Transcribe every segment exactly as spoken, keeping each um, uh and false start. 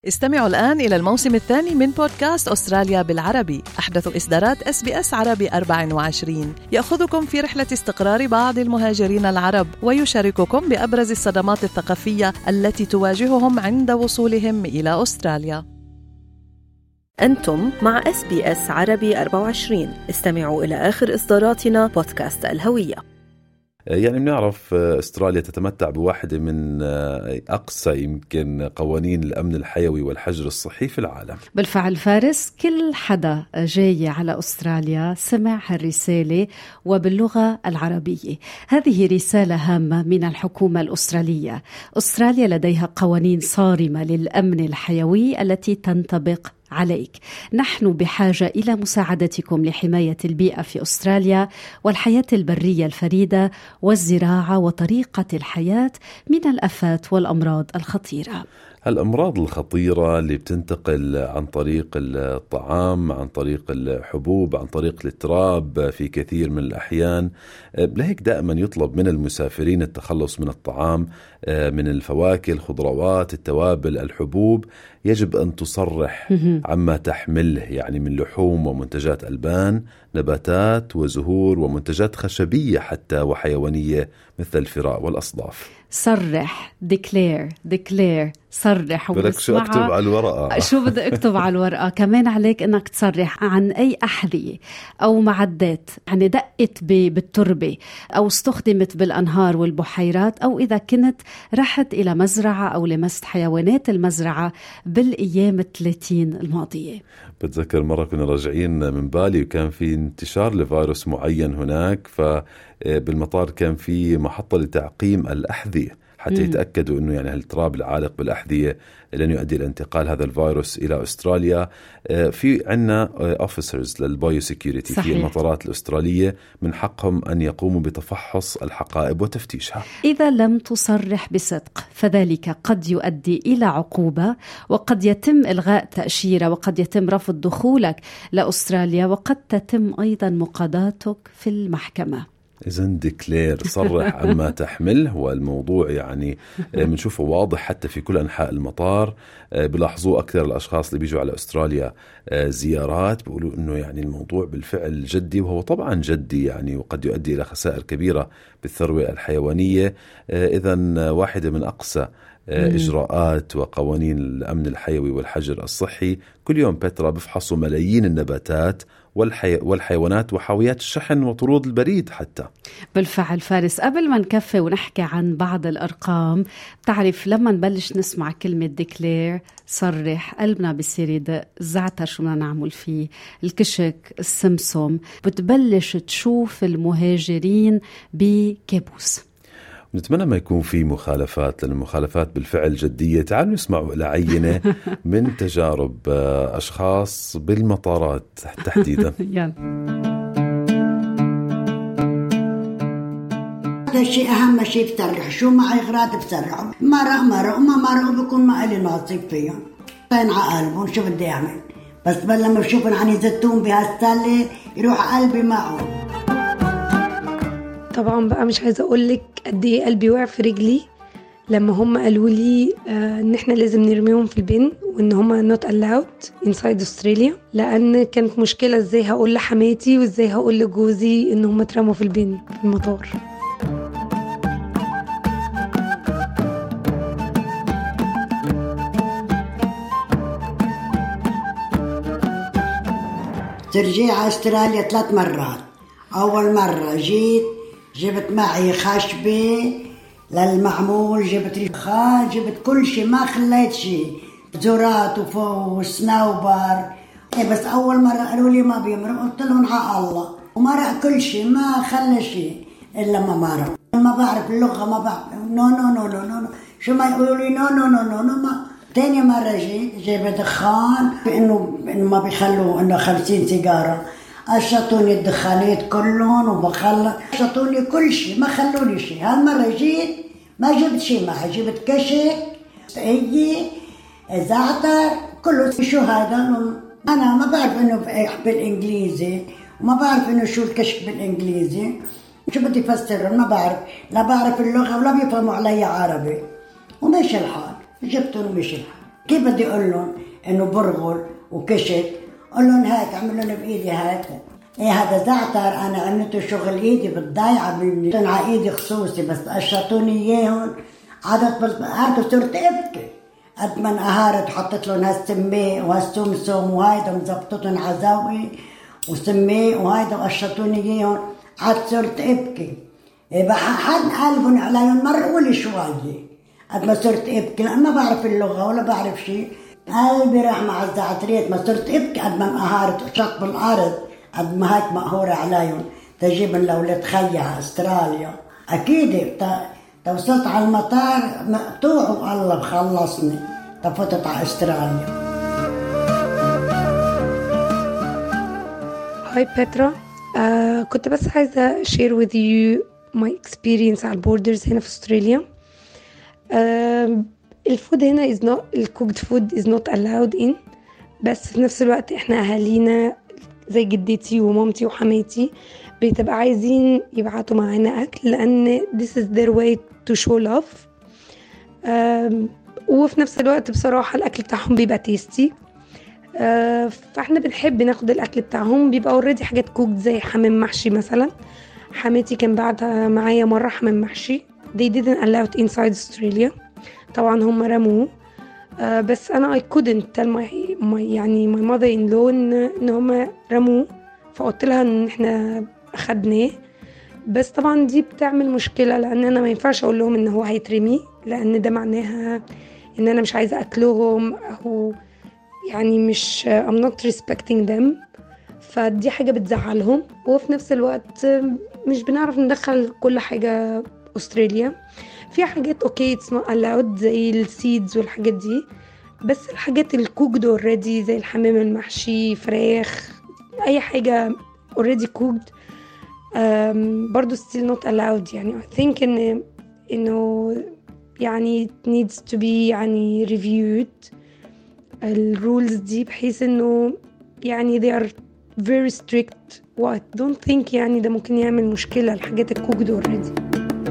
استمعوا الآن إلى الموسم الثاني من بودكاست أستراليا بالعربي، أحدث إصدارات إس بي إس عربي أربعة وعشرين، يأخذكم في رحلة استقرار بعض المهاجرين العرب ويشارككم بأبرز الصدمات الثقافية التي تواجههم عند وصولهم إلى أستراليا. أنتم مع إس بي إس عربي أربعة وعشرين. استمعوا إلى آخر إصداراتنا بودكاست الهوية. يعني بنعرف أستراليا تتمتع بواحدة من أقصى يمكن قوانين الأمن الحيوي والحجر الصحي في العالم. بالفعل فارس، كل حدا جاي على أستراليا سمع هالرسالة وباللغة العربية. هذه رسالة هامة من الحكومة الأسترالية. أستراليا لديها قوانين صارمة للأمن الحيوي التي تنطبق عليك. نحن بحاجة إلى مساعدتكم لحماية البيئة في أستراليا والحياة البرية الفريدة والزراعة وطريقة الحياة من الآفات والأمراض الخطيرة. الأمراض الخطيرة اللي بتنتقل عن طريق الطعام، عن طريق الحبوب، عن طريق التراب في كثير من الأحيان. لهيك دائما يطلب من المسافرين التخلص من الطعام، من الفواكه، الخضروات، التوابل، الحبوب. يجب أن تصرح عما تحمله، يعني من لحوم ومنتجات ألبان، نباتات وزهور ومنتجات خشبية حتى وحيوانية مثل الفراء والأصداف. صرح، declare declare صرح. بدك شو أكتب على الورقة؟ شو بدي أكتب على الورقة؟ كمان عليك أنك تصرح عن أي أحذية أو معدات يعني دقت بالتربة أو استخدمت بالأنهار والبحيرات، أو إذا كنت رحت إلى مزرعة أو لمست حيوانات المزرعة بالأيام الثلاثين الماضية. بتذكر مرة كنا راجعين من بالي وكان في انتشار لفيروس معين هناك، فبالمطار كان في محطة لتعقيم الأحذية حتى يتأكدوا أنه يعني التراب العالق بالأحذية لن يؤدي إلى انتقال هذا الفيروس إلى أستراليا. في عنا officers للبايو سيكيورتي في المطارات الأسترالية، من حقهم أن يقوموا بتفحص الحقائب وتفتيشها. إذا لم تصرح بصدق فذلك قد يؤدي إلى عقوبة، وقد يتم إلغاء تأشيرة، وقد يتم رفض دخولك لأستراليا، وقد تتم أيضا مقاضاتك في المحكمة. إذن ديكلير، صرح عما تحمل. هو الموضوع يعني بنشوفه واضح حتى في كل أنحاء المطار. بلاحظوه أكثر الأشخاص اللي بيجوا على أستراليا زيارات، بيقولوا إنه يعني الموضوع بالفعل جدي، وهو طبعا جدي يعني، وقد يؤدي إلى خسائر كبيرة بالثروة الحيوانية. إذن واحدة من أقصى إجراءات وقوانين الأمن الحيوي والحجر الصحي. كل يوم بترا بفحصوا ملايين النباتات والحي... والحيوانات وحاويات الشحن وطرود البريد حتى. بالفعل فارس، قبل ما نكفي ونحكي عن بعض الأرقام، بتعرف لما نبلش نسمع كلمة ديكلير، صرح، قلبنا بيصير يدق. الزعتر شو بدنا نعمل فيه، الكشك، السمسم، بتبلش تشوف المهاجرين بكابوس. نتمنى ما يكون في مخالفات، لأن المخالفات بالفعل جدية. تعالوا نسمعوا إلى عينة من تجارب أشخاص بالمطارات تحديدا. هذا الشيء أهم شيء بتسرح. شو معي غراض بسرحهم، مرق مرق وما مرق بكون ما إلي نصيب فيهم. فين عقلبهم شو بدي أعمل؟ بس لما بشوفن عن يزتون بهالسلة يروح قلبي معهم. طبعا بقى مش عايزة أقولك قد إيه قلبي وقع في رجلي لما هم قالوا لي آه إن إحنا لازم نرميهم في البن، وإن هم not allowed inside Australia، لأن كانت مشكلة إزاي هقول لحماتي وإزاي هقول لجوزي إن هم اترموا في البن في المطار. ترجع على أستراليا ثلاث مرات. أول مرة جيت جبت معي خشبة للمعمول، جبت رخاء، جبت كل شيء، ما خليت شيء، زورات وفوق وسنوبر. إيه بس أول مرة قالوا لي ما بيمرق، قلت لهم حق الله، ومرق كل شيء، ما خلى شيء إلا ما مرق. ما بعرف اللغة، ما بعرف نو نو نو نو نو شو ما يقولوا لي نو نو نو نو نو ما. تاني مرة جيت جبت دخان، إنه إنه ما بيخلوا إنه خمسين سيجارة. أشطوني الدخانات كلهم وبخلص، أشطوني كل شيء، ما خلوني شيء. هالمرة جيت ما جبت شيء معي، جبت كشك، ايدي، زعتر، كله. شو هذا؟ أنا ما بعرف إنه بالإنجليزي، وما بعرف إنه شو الكشك بالإنجليزي. شو بدي فسر؟ ما بعرف، لا بعرف اللغة ولا بيفهموا علي عربي. ومشي الحال، جبتهم ومشي الحال. كيف بدي أقول لهم إنه برغل وكشت؟ أقول لهم هيك، أعمل لهم بإيدي هيك. إيه هذا زعتر أنا عملته شغل إيدي بالضيعة بالصنعة إيدي خصوصي، بس قشطوني إياهم عادت بالأرض وصرت أبكي. قد ما انقهرت حطيت لهم هالسماء وهالسمسم وهيدا مزبطتهم عزاوي وسماء وهيدا وقشطوني إياهم، عاد صرت أبكي. إيه حد قلبهم عليهم مرة أولي شوية. قد ما صرت أبكي لأن ما بعرف اللغة ولا بعرف شيء، قلبي راح مع الزعتريات. ما صرت أبكي قد ما انقهرت وشط بالأرض، قد ما هيك مقهورة عليهم. تجيبن لأولاد خيي على أستراليا أكيد. توصلت على المطار مقطوع والله بخلصني، تفتت على أستراليا. هاي بيترا، آه كنت بس عايزة share with you my experience على البوردرز هنا في أستراليا. آه الفود هنا is not الcooked food is not allowed in، بس في نفس الوقت احنا أهالينا زي جدتي ومامتي وحماتي بتبقى عايزين يبعتوا معانا أكل لأن this is their way to show love. وفي نفس الوقت بصراحة الأكل بتاعهم بيبقى تيستي، فاحنا بنحب ناخد الأكل بتاعهم. بيبقى already حاجات كوكد زي حمام محشي مثلا. حماتي كان بعتها معايا مرة حمام محشي. they didn't allow it inside Australia، طبعا هم رموه. Uh, بس أنا I couldn't tell my, my يعني my mother in law إن, إن هم رموه، فقلت لها إن إحنا أخدناه. بس طبعا دي بتعمل مشكلة لأن أنا ما ينفعش أقول لهم إن هو هيترمي، لأن ده معناها إن أنا مش عايزة أكلهم أو يعني مش I'm not respecting them، فدي حاجة بتزعلهم. وفي نفس الوقت مش بنعرف ندخل كل حاجة أستراليا. في حاجات اوكي it's not allowed زي السيدز والحاجات دي، بس الحاجات الكوكد already زي الحمام المحشي، فراخ، اي حاجة already cooked um, برضو still not allowed. يعني I think إن إنه يعني it needs to be يعني reviewed الرولز دي بحيث إنه يعني they are very strict و I don't think يعني ده ممكن يعمل مشكلة الحاجات الكوكد already.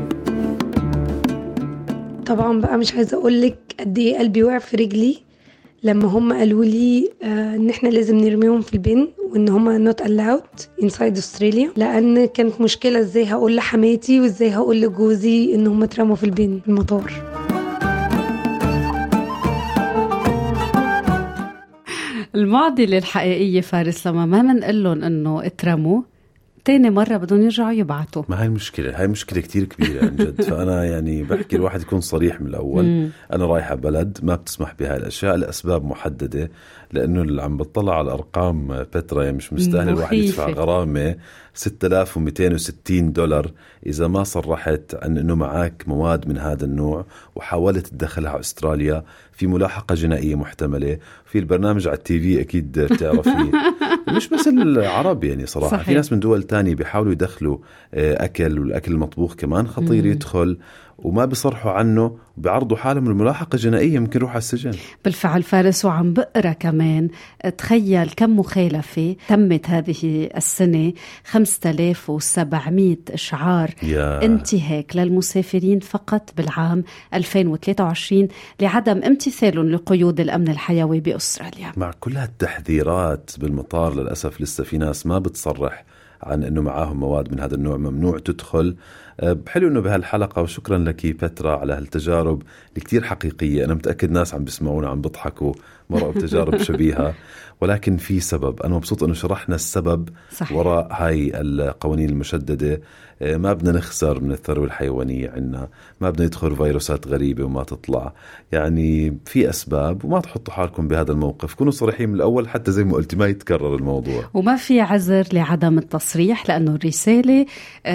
طبعا بقى مش عايزة أقولك قد إيه قلبي وقع في رجلي لما هم قالوا لي آه إن إحنا لازم نرميهم في البن وإن هم not allowed inside Australia، لأن كانت مشكلة إزاي هقول لحماتي وإزاي هقول لجوزي إن هم ترموا في البن في المطار. المعضلة الحقيقية فارس لما ما منقلن إنه اترموا تاني مرة بدهم يرجعوا يبعتوا. ما هاي المشكلة، هاي مشكلة كتير كبيرة عن جد. فأنا يعني بحكي الواحد يكون صريح من الأول. مم. أنا رايحة بلد ما بتسمح بهاي الأشياء لأسباب محددة، لأنه اللي عم بطلع على الأرقام بترا مش مستاهل الواحد يدفع غرامة ستة آلاف ومئتين وستين دولار إذا ما صرحت عن أنه معاك مواد من هذا النوع وحاولت تدخلها على أستراليا في ملاحقة جنائية محتملة. في البرنامج على التي في أكيد بتعرفي مش بس العرب يعني صراحة صحيح. في ناس من دول تانية بيحاولوا يدخلوا أكل، والأكل المطبوخ كمان خطير مم. يدخل وما بيصرحوا عنه، بيعرضوا حالهم الملاحقة جنائية، ممكن يروح على السجن. بالفعل فارس، وعم بقرأ كمان تخيل كم مخالفة تمت هذه السنة، خمسة آلاف وسبعمئة إشعار انتهاك للمسافرين فقط بالعام ألفين وثلاثة وعشرين لعدم امتثال لقيود الأمن الحيوي بأستراليا. مع كل هالتحذيرات بالمطار للأسف لسه في ناس ما بتصرح عن أنه معاهم مواد من هذا النوع، ممنوع تدخل. بحلو أنه بهالحلقة، وشكرا لك بترا على هالتجارب اللي كتير حقيقية. أنا متأكد ناس عم بيسمعونا عم بضحكوا مرة بتجارب شبيهة، ولكن في سبب. أنا مبسوط أنه شرحنا السبب صحيح. وراء هاي القوانين المشددة. ما بدنا نخسر من الثروة الحيوانية عنا، ما بدنا يدخل فيروسات غريبة وما تطلع. يعني في أسباب، وما تحطوا حالكم بهذا الموقف. كونوا صريحين من الأول حتى زي ما قلت ما يتكرر الموضوع، وما في عذر لعدم التصريح لأنه الرسالة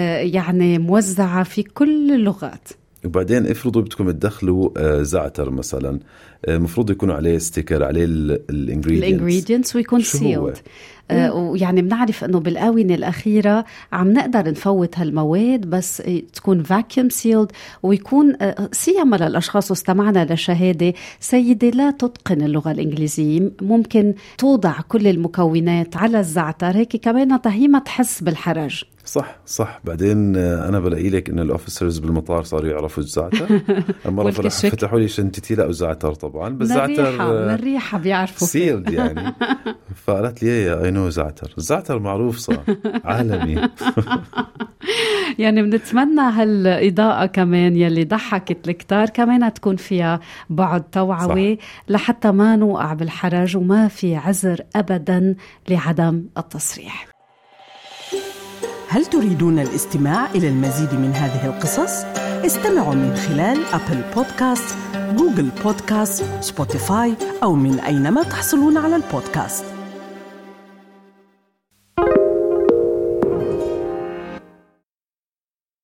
يعني موزعة في كل اللغات. وبعدين افرضوا بدكم تدخلوا زعتر مثلا، مفروض يكونوا عليه ستيكر عليه الانجريدينتس ويكون سيلد. آه ويعني بنعرف انه بالاونه الاخيره عم نقدر نفوت هالمواد، بس تكون فاكيوم سيلد ويكون آه سيما للاشخاص واستمعنا لشهاده سيده لا تتقن اللغه الانجليزيه، ممكن توضع كل المكونات على الزعتر هيك كمان هي ما تحس بالحرج. صح صح. بعدين أنا بلاقي لك إن الأوفيسرز بالمطار صاروا يعرفوا الزعتر. مرة فتحوا لي شنطتي لقوا زعتر طبعا، بس زعتر من الريحة بيعرفوا سيرد يعني. فقالت لي يا أينو زعتر، الزعتر معروف صار عالمي. يعني بنتمنى هالإضاءة كمان يلي ضحكت الكتار كمان تكون فيها بعض توعوي، لحتى ما نوقع بالحرج وما في عذر أبدا لعدم التصريح. هل تريدون الاستماع إلى المزيد من هذه القصص؟ استمعوا من خلال أبل بودكاست، جوجل بودكاست، سبوتيفاي أو من أينما تحصلون على البودكاست.